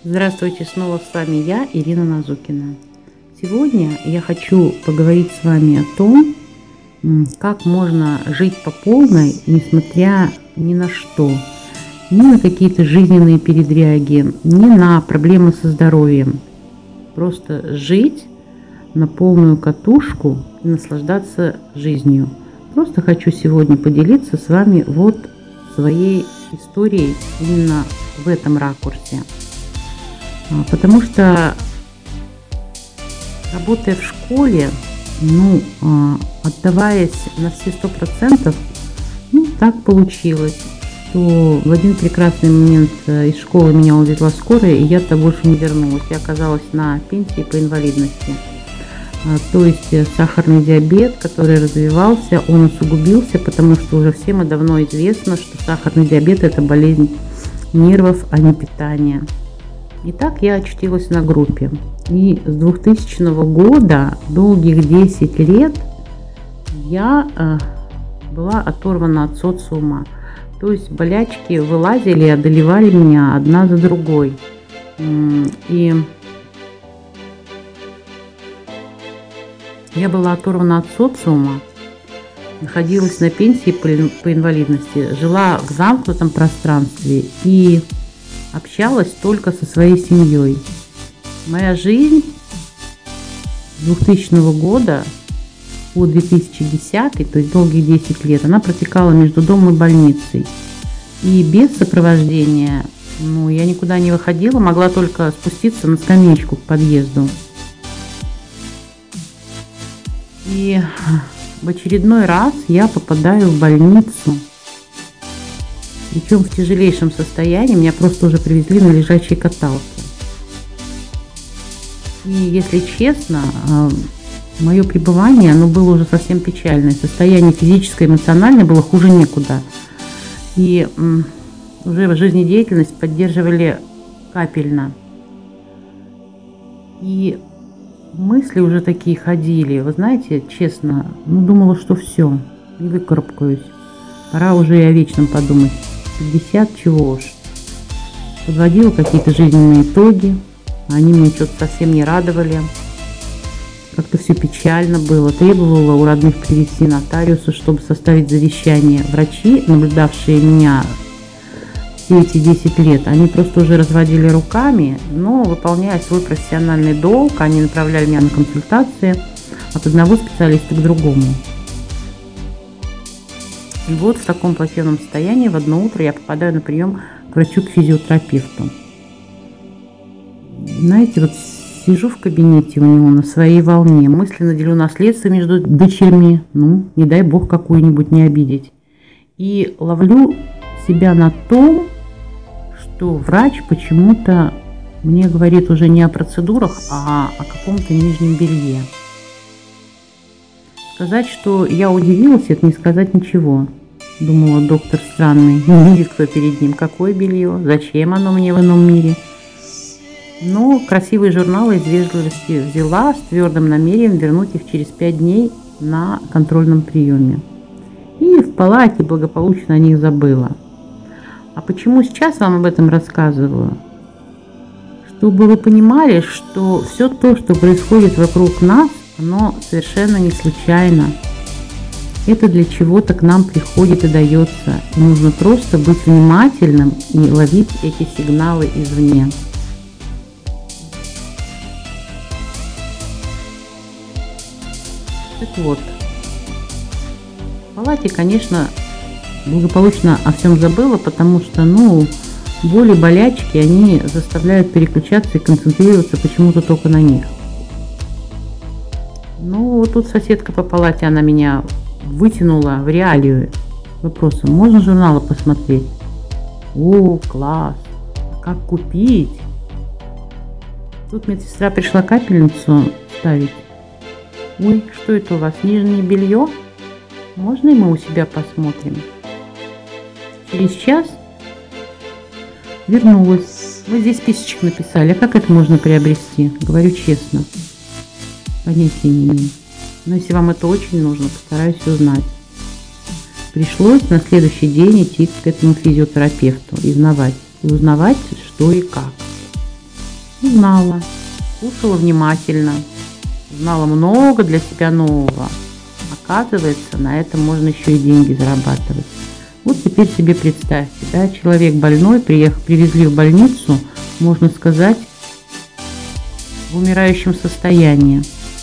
Здравствуйте, снова с вами я, Ирина Назукина. Сегодня я хочу поговорить с вами о том, как можно жить по полной, несмотря ни на что, ни на какие-то жизненные передряги, ни на проблемы со здоровьем. Просто жить на полную катушку и наслаждаться жизнью. Просто хочу сегодня поделиться с вами вот своей историей именно в этом ракурсе. Потому что, работая в школе, отдаваясь на все 100%, так получилось, что в один прекрасный момент из школы меня увезла скорая, и я-то больше не вернулась. Я оказалась на пенсии по инвалидности. То есть сахарный диабет, который развивался, он усугубился, потому что уже всем и давно известно, что сахарный диабет – это болезнь нервов, а не питания. Итак, я очутилась на группе. И с 2000 года, долгих 10 лет, я была оторвана от социума. То есть болячки вылазили и одолевали меня одна за другой. И я была оторвана от социума, находилась на пенсии по инвалидности, жила в замкнутом пространстве и общалась только со своей семьей. Моя жизнь с 2000 года по 2010, то есть долгие 10 лет, она протекала между домом и больницей. И без сопровождения, я никуда не выходила, могла только спуститься на скамеечку к подъезду. И в очередной раз я попадаю в больницу. Причем в тяжелейшем состоянии, меня просто уже привезли на лежачей каталке. И если честно, мое пребывание, оно было уже совсем печальное. Состояние физическое и эмоциональное было хуже некуда. И уже жизнедеятельность поддерживали капельно. И мысли уже такие ходили. Вы знаете, честно, думала, что все, не выкарабкаюсь. Пора уже и о вечном подумать. 50 чего уж. Подводила какие-то жизненные итоги. Они меня что-то совсем не радовали. Как-то все печально было. Требовала у родных привести нотариуса, чтобы составить завещание. Врачи, наблюдавшие меня все эти 10 лет, они просто уже разводили руками, но, выполняя свой профессиональный долг, они направляли меня на консультации от одного специалиста к другому. И вот в таком плачевном состоянии в одно утро я попадаю на прием к врачу, к физиотерапевту. Знаете, вот сижу в кабинете у него на своей волне, мысленно делю наследство между дочерьми, не дай бог какую-нибудь не обидеть. И ловлю себя на том, что врач почему-то мне говорит уже не о процедурах, а о каком-то нижнем белье. Сказать, что я удивилась, это не сказать ничего. Думала, доктор странный, не видит, кто перед ним. Какое белье? Зачем оно мне в ином мире? Но красивые журналы из вежливости взяла с твердым намерением вернуть их через 5 дней на контрольном приеме. И в палате благополучно о них забыла. А почему сейчас вам об этом рассказываю? Чтобы вы понимали, что все то, что происходит вокруг нас, оно совершенно не случайно. Это для чего-то к нам приходит и дается. Нужно просто быть внимательным и ловить эти сигналы извне. Так вот, в палате, конечно, благополучно о всем забыла, потому что, боли, болячки, они заставляют переключаться и концентрироваться почему-то только на них. Тут соседка по палате, она меня вытянула в реалию вопросом: можно журналы посмотреть? О, класс! Как купить? Тут медсестра пришла капельницу ставить. Ой, что это у вас, нижнее белье? Можно и мы у себя посмотрим? Через час вернулась. Вы здесь списочек написали, а как это можно приобрести? Говорю честно, понятия не имею. Но если вам это очень нужно, постараюсь узнать. Пришлось на следующий день идти к этому физиотерапевту и узнавать, что и как. Узнала, слушала внимательно, узнала много для себя нового. Оказывается, на этом можно еще и деньги зарабатывать. Вот теперь себе представьте, да, человек больной, привезли в больницу, можно сказать, в умирающем состоянии.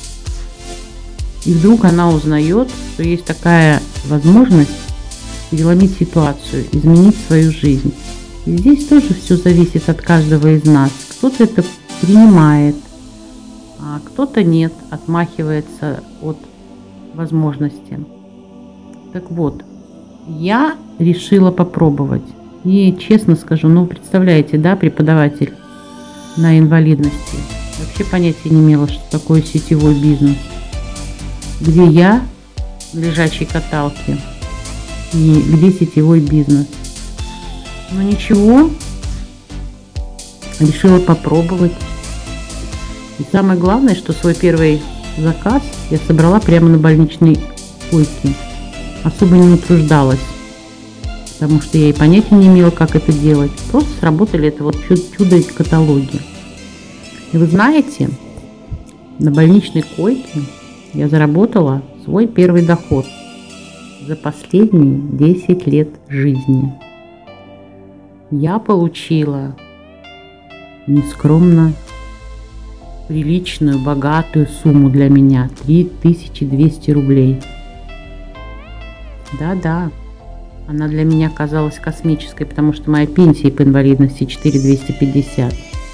И вдруг она узнает, что есть такая возможность переломить ситуацию, изменить свою жизнь. И здесь тоже все зависит от каждого из нас. Кто-то это принимает, а кто-то нет, отмахивается от возможности. Так вот, я решила попробовать. И честно скажу, ну представляете, да, преподаватель на инвалидности. Вообще понятия не имела, что такое сетевой бизнес. Где я в лежачей каталке и где сетевой бизнес. Но ничего, решила попробовать. И самое главное, что свой первый заказ я собрала прямо на больничной койке. Особо не утруждалась, потому что я и понятия не имела, как это делать. Просто сработали это вот чудо-каталоги. И вы знаете, на больничной койке я заработала свой первый доход за последние 10 лет жизни. Я получила нескромно приличную, богатую сумму для меня – 3200 рублей. Да-да, она для меня казалась космической, потому что моя пенсия по инвалидности 4250.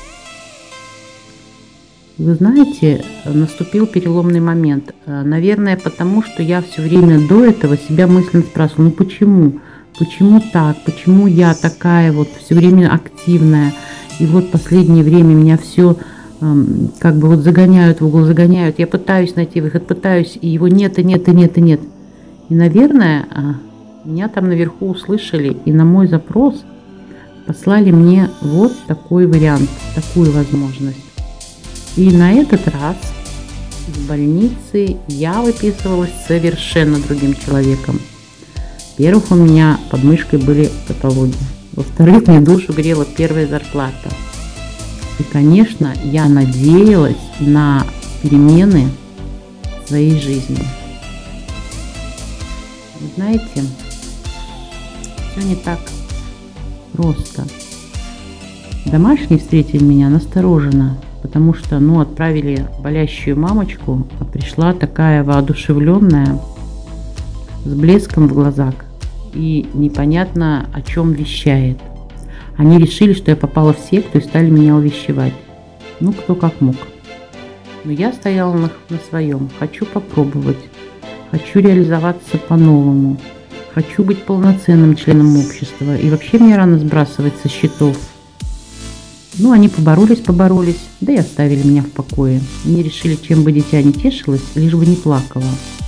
Вы знаете, наступил переломный момент. Наверное, потому что я все время до этого себя мысленно спрашивала, ну почему? Почему так? Почему я такая вот все время активная? И вот в последнее время меня все как бы вот загоняют в угол, загоняют. Я пытаюсь найти выход, пытаюсь, и его нет, и нет, и нет, и нет. И, наверное, меня там наверху услышали, и на мой запрос послали мне вот такой вариант, такую возможность. И на этот раз в больнице я выписывалась совершенно другим человеком. Во-первых, у меня под мышкой были каталоги. Во-вторых, мне душу грела первая зарплата. И, конечно, я надеялась на перемены в своей жизни. Вы знаете, все не так просто. Домашние встретили меня настороженно, потому что, отправили болящую мамочку, а пришла такая воодушевленная, с блеском в глазах и непонятно о чем вещает. Они решили, что я попала в секту и стали меня увещевать. Кто как мог. Но я стояла на своем. Хочу попробовать. Хочу реализоваться по-новому. Хочу быть полноценным членом общества. И вообще мне рано сбрасывать со счетов. Они поборолись, да и оставили меня в покое. Они решили, чем бы дитя не тешилось, лишь бы не плакало.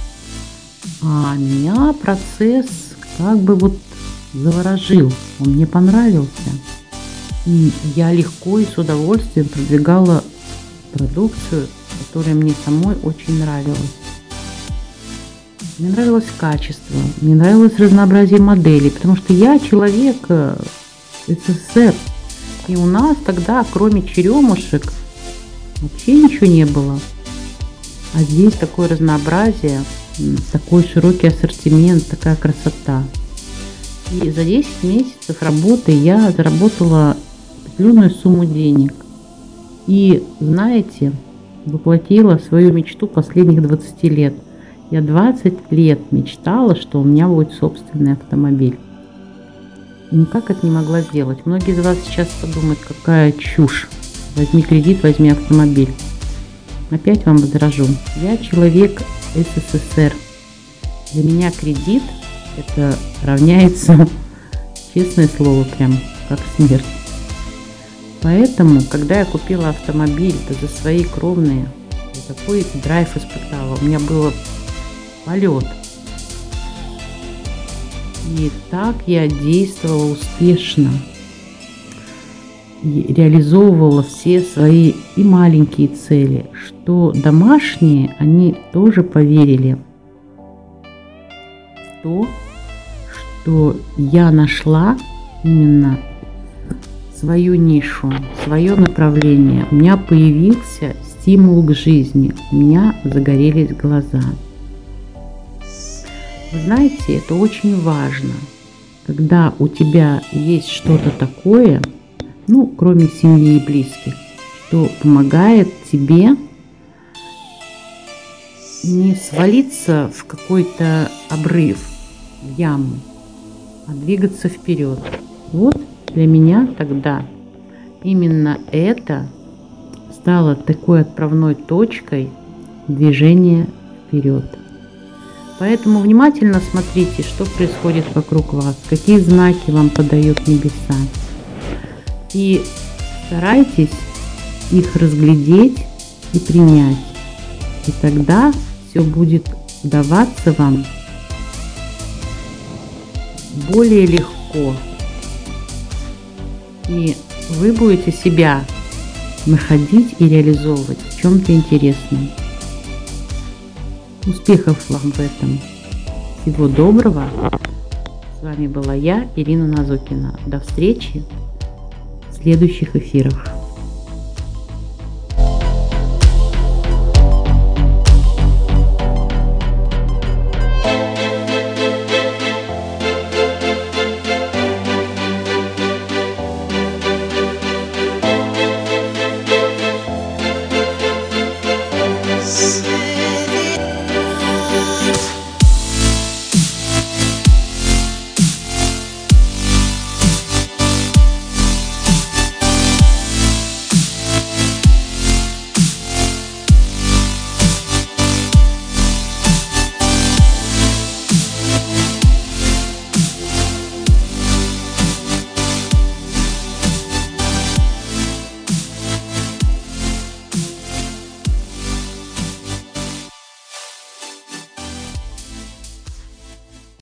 А меня процесс как бы заворожил. Он мне понравился. И я легко и с удовольствием продвигала продукцию, которая мне самой очень нравилась. Мне нравилось качество, мне нравилось разнообразие моделей, потому что я человек СССР. И у нас тогда, кроме черемушек, вообще ничего не было. А здесь такое разнообразие, такой широкий ассортимент, такая красота. И за 10 месяцев работы я заработала определенную сумму денег. И, знаете, воплотила свою мечту последних 20 лет. Я 20 лет мечтала, что у меня будет собственный автомобиль. И никак это не могла сделать. Многие из вас сейчас подумают, какая чушь. Возьми кредит, возьми автомобиль. Опять вам возражу. Я человек СССР. Для меня кредит это равняется, честное слово, прям как смерть. Поэтому, когда я купила автомобиль, то за свои кровные, я такой драйв испытала. У меня был полет. И так я действовала успешно. И реализовывала все свои и маленькие цели, что домашние, они тоже поверили в то, что я нашла именно свою нишу, свое направление. У меня появился стимул к жизни, у меня загорелись глаза. Вы знаете, это очень важно, когда у тебя есть что-то такое, ну, кроме семьи и близких, что помогает тебе не свалиться в какой-то обрыв, в яму, а двигаться вперед. Вот для меня тогда именно это стало такой отправной точкой движения вперед. Поэтому внимательно смотрите, что происходит вокруг вас, какие знаки вам подают небеса. И старайтесь их разглядеть и принять. И тогда все будет даваться вам более легко. И вы будете себя находить и реализовывать в чем-то интересном. Успехов вам в этом. Всего доброго. С вами была я, Ирина Назукина. До встречи в следующих эфирах.